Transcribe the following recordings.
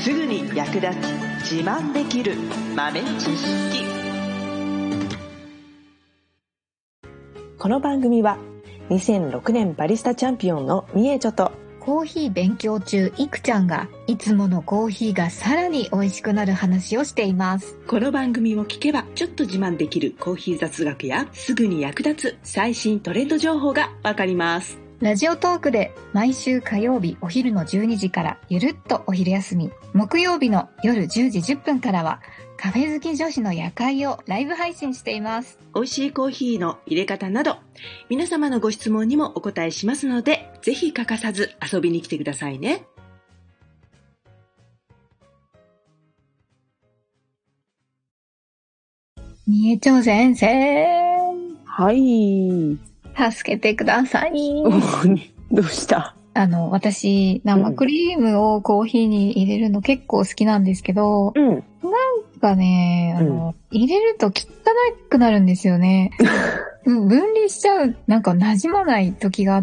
すぐに役立つ自慢できる豆知識。この番組は2006年バリスタチャンピオンのみえちょとコーヒー勉強中いくちゃんがいつものコーヒーがさらに美味しくなる話をしています。 この番組を聞けばちょっと自慢できるコーヒー雑学やすぐに役立つ最新トレンド情報がわかります。 ラジオトークで毎週火曜日お昼の12時からゆるっとお昼休み、木曜日の夜10時10分からはカフェ好き女子の夜会をライブ配信しています。 美味しいコーヒーの入れ方など皆様のご質問にもお答えしますので、ぜひ欠かさず遊びに来てくださいね。 みえちょ先生、 はい。 助けてください。 どうした？ 私、生クリームをコーヒーに入れるの結構好きなんですけど、なんかね、入れると汚くなるんですよね。分離しちゃう、なんか馴染まない時があって、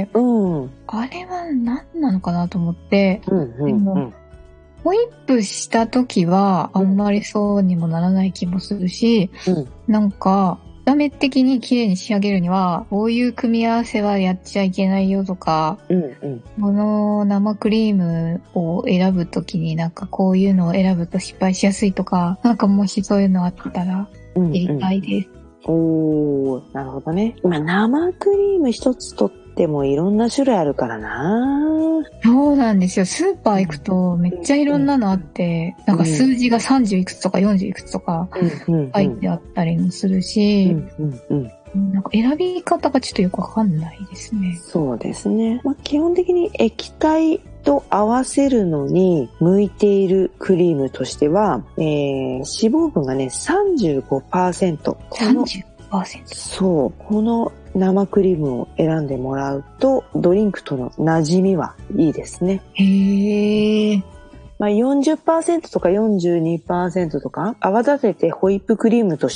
あれは何なのかなと思って、でも、ホイップした時はあんまりそうにもならない気もするし、なんか、見た目的に綺麗に仕上げるには、こういう組み合わせはやっちゃいけないよとか、この生クリームを選ぶときになんかこういうのを選ぶと失敗しやすいとか、なんかもしそういうのあったら知りたいです。 なるほどね。今生クリーム一つとってもいろんな種類あるからな。 そうなんですよ。スーパー行くとめっちゃいろんなのあって、なんか数字が30いくつとか40いくつとか書いてあったりもするし、なんか選び方がちょっとよくわかんないですね。 そうですね。基本的に液体と合わせるのに向いているクリームとしては、脂肪分がね 35%。 35%。 そう。この生クリームを選んでもらうとドリンクとの馴染みはいいですね。 へー。 40% とか 42% とか泡立ててホイップクリームとして、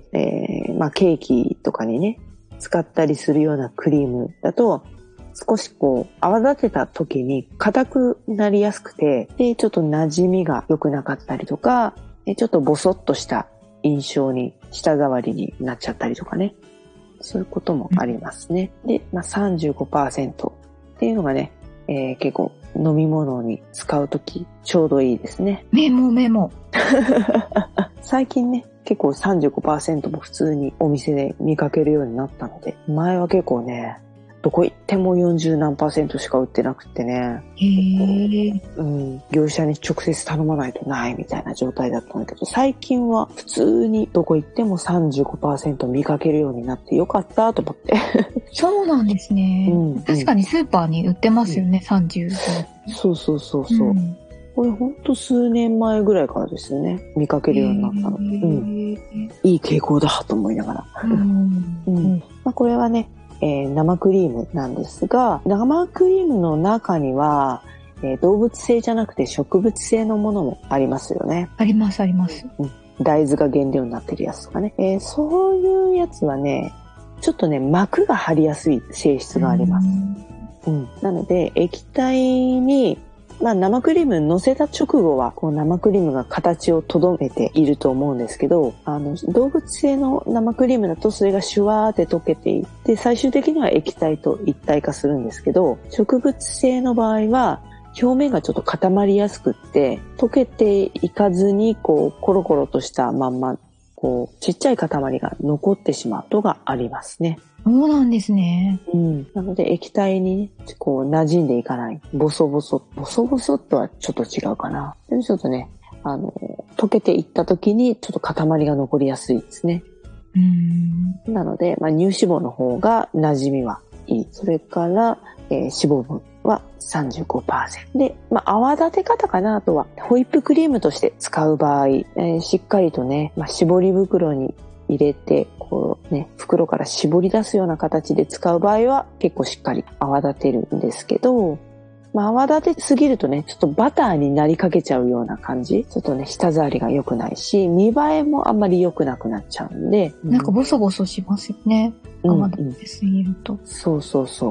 ケーキとかにね使ったりするようなクリームだと少し泡立てた時に硬くなりやすくて、でちょっと馴染みが良くなかったりとか、ちょっとボソッとした印象に舌触りになっちゃったりとかね、そういうこともありますね。で、35% っていうのがね、結構飲み物に使うときちょうどいいですね。 メモ。 最近ね、結構 35% も普通にお店で見かけるようになったので、前は結構ね、どこ行っても40何%しか売ってなくってね、業者に直接頼まないとないみたいな状態だったんだけど、最近は普通にどこ行っても 35% 見かけるようになってよかったと思ってそうなんですね、確かにスーパーに売ってますよね、35%。 そう、これほんと数年前ぐらいからですよね、見かけるようになったの。いい傾向だと思いながらこれはね、生クリームなんですが、生クリームの中には、動物性じゃなくて植物性のものもありますよね。 あります。 大豆が原料になってるやつとかね、そういうやつはね、ちょっとね膜が張りやすい性質があります。なので液体に生クリーム乗せた直後は生クリームが形を留めていると思うんですけど、動物性の生クリームだとそれがシュワーって溶けていって最終的には液体と一体化するんですけど、植物性の場合は表面がちょっと固まりやすくって溶けていかずにコロコロとしたまんまちっちゃい塊が残ってしまうことがありますね。 そうなんですね。 なので液体に馴染んでいかない。ボソボソとはちょっと違うかな。でもちょっとね、溶けていった時にちょっと塊が残りやすいですね。なので、乳脂肪の方が馴染みはいい。それから、脂肪分は 35%。で、泡立て方かな。あとはホイップクリームとして使う場合、しっかりとね、絞り袋に入れて袋から絞り出すような形で使う場合は結構しっかり泡立てるんですけど、泡立てすぎるとねちょっとバターになりかけちゃうような感じ、ちょっとね舌触りが良くないし見栄えもあんまり良くなくなっちゃうんで、 なんかボソボソしますよね、泡立てすぎると。 そう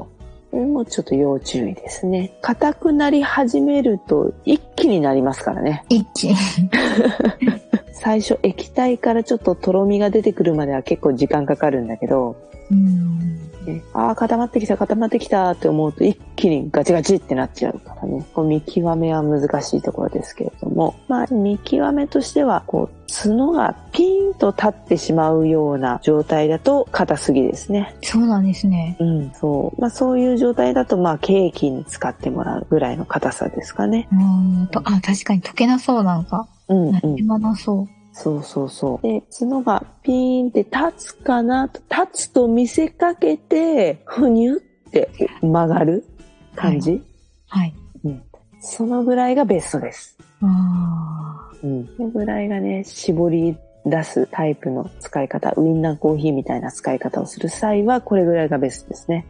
もうちょっと要注意ですね。硬くなり始めると一気になりますからね。 一気に。 最初液体からちょっととろみが出てくるまでは結構時間かかるんだけど、固まってきたって思うと一気にガチガチってなっちゃうからね。見極めは難しいところですけれども、見極めとしては角がピーンと立ってしまうような状態だと硬すぎですね。 そうなんですね。 そう。そういう状態だとケーキに使ってもらうぐらいの硬さですかね。 確かに溶けなそう、なんか。何もなそう。 そう。で、角がピーンって立つかなと、立つと見せかけて、ふにゅって曲がる感じ。 はい。 そのぐらいがベストです。そのぐらいがね、絞り出すタイプの使い方、ウインナーコーヒーみたいな使い方をする際は、これぐらいがベストですね。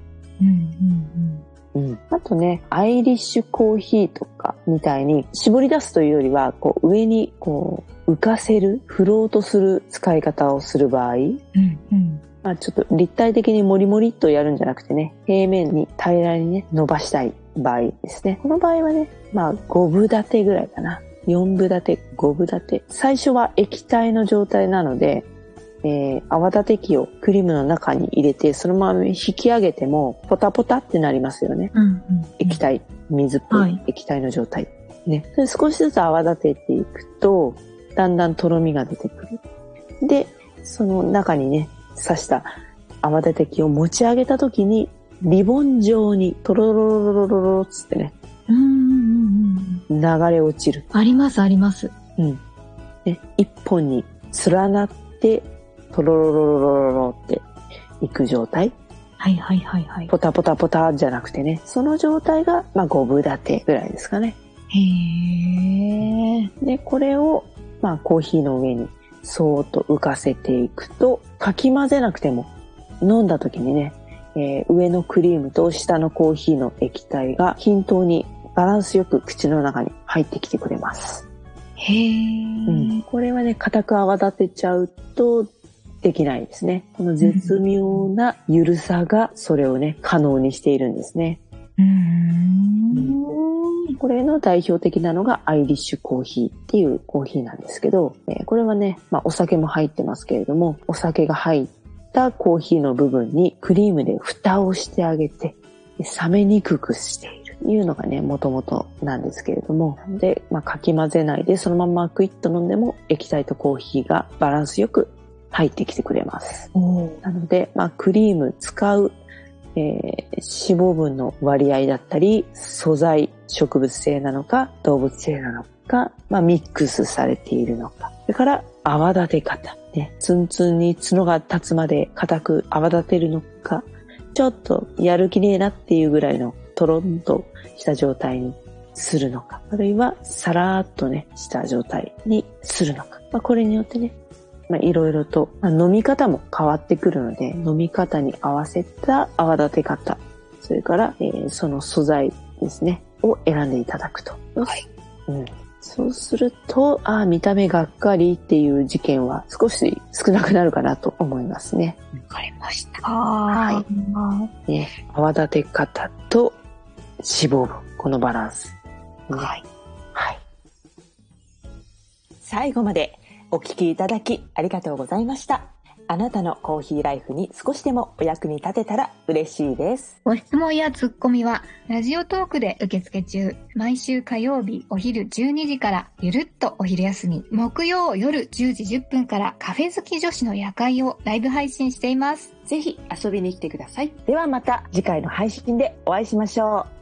あとね、アイリッシュコーヒーとかみたいに絞り出すというよりは、上に浮かせる、フロートする使い方をする場合、ちょっと立体的にモリモリっとやるんじゃなくてね、平面に平らにね、伸ばしたい場合ですね。この場合はね、5分立てぐらいかな。4分立て、5分立て。最初は液体の状態なので、泡立て器をクリームの中に入れて、そのまま引き上げても、ポタポタってなりますよね。液体、水っぽい液体の状態。ね。で少しずつ泡立てていくと、だんだんとろみが出てくる。で、その中にね、刺した泡立て器を持ち上げた時に、リボン状にトロロロロロロつってね、流れ落ちる。 あります。 ね、一本に連なって、トロロロロロロっていく状態。ポタポタポタじゃなくてね、その状態が5分立てぐらいですかね。で、これをコーヒーの上にそーっと浮かせていくと、かき混ぜなくても飲んだ時にね、上のクリームと下のコーヒーの液体が均等にバランスよく口の中に入ってきてくれます。これはね、固く泡立てちゃうとできないですね。この絶妙な緩さがそれをね、可能にしているんですね。これの代表的なのがアイリッシュコーヒーっていうコーヒーなんですけど、これはね、お酒も入ってますけれども、お酒が入ったコーヒーの部分にクリームで蓋をしてあげて、冷めにくくしているというのがね、もともとなんですけれども、で、かき混ぜないでそのままクイッと飲んでも液体とコーヒーがバランスよく入ってきてくれます。なので、クリーム使う、脂肪分の割合だったり、素材、植物性なのか、動物性なのか、ミックスされているのか。それから、泡立て方。ね、ツンツンに角が立つまで固く泡立てるのか、ちょっとやる気ねえなっていうぐらいのトロンとした状態にするのか、あるいはサラーっとね、した状態にするのか。これによってね、いろいろと、飲み方も変わってくるので、飲み方に合わせた泡立て方、それから、その素材ですね、を選んでいただくと。そうすると、見た目がっかりっていう事件は少し少なくなるかなと思いますね。 わかりました。 ね、泡立て方と脂肪分、このバランス。 最後までお聞きいただきありがとうございました。あなたのコーヒーライフに少しでもお役に立てたら嬉しいです。 ご質問やツッコミはラジオトークで受付中。毎週火曜日お昼12時からゆるっとお昼休み、木曜夜10時10分からカフェ好き女子の夜会をライブ配信しています。 ぜひ遊びに来てください。ではまた次回の配信でお会いしましょう。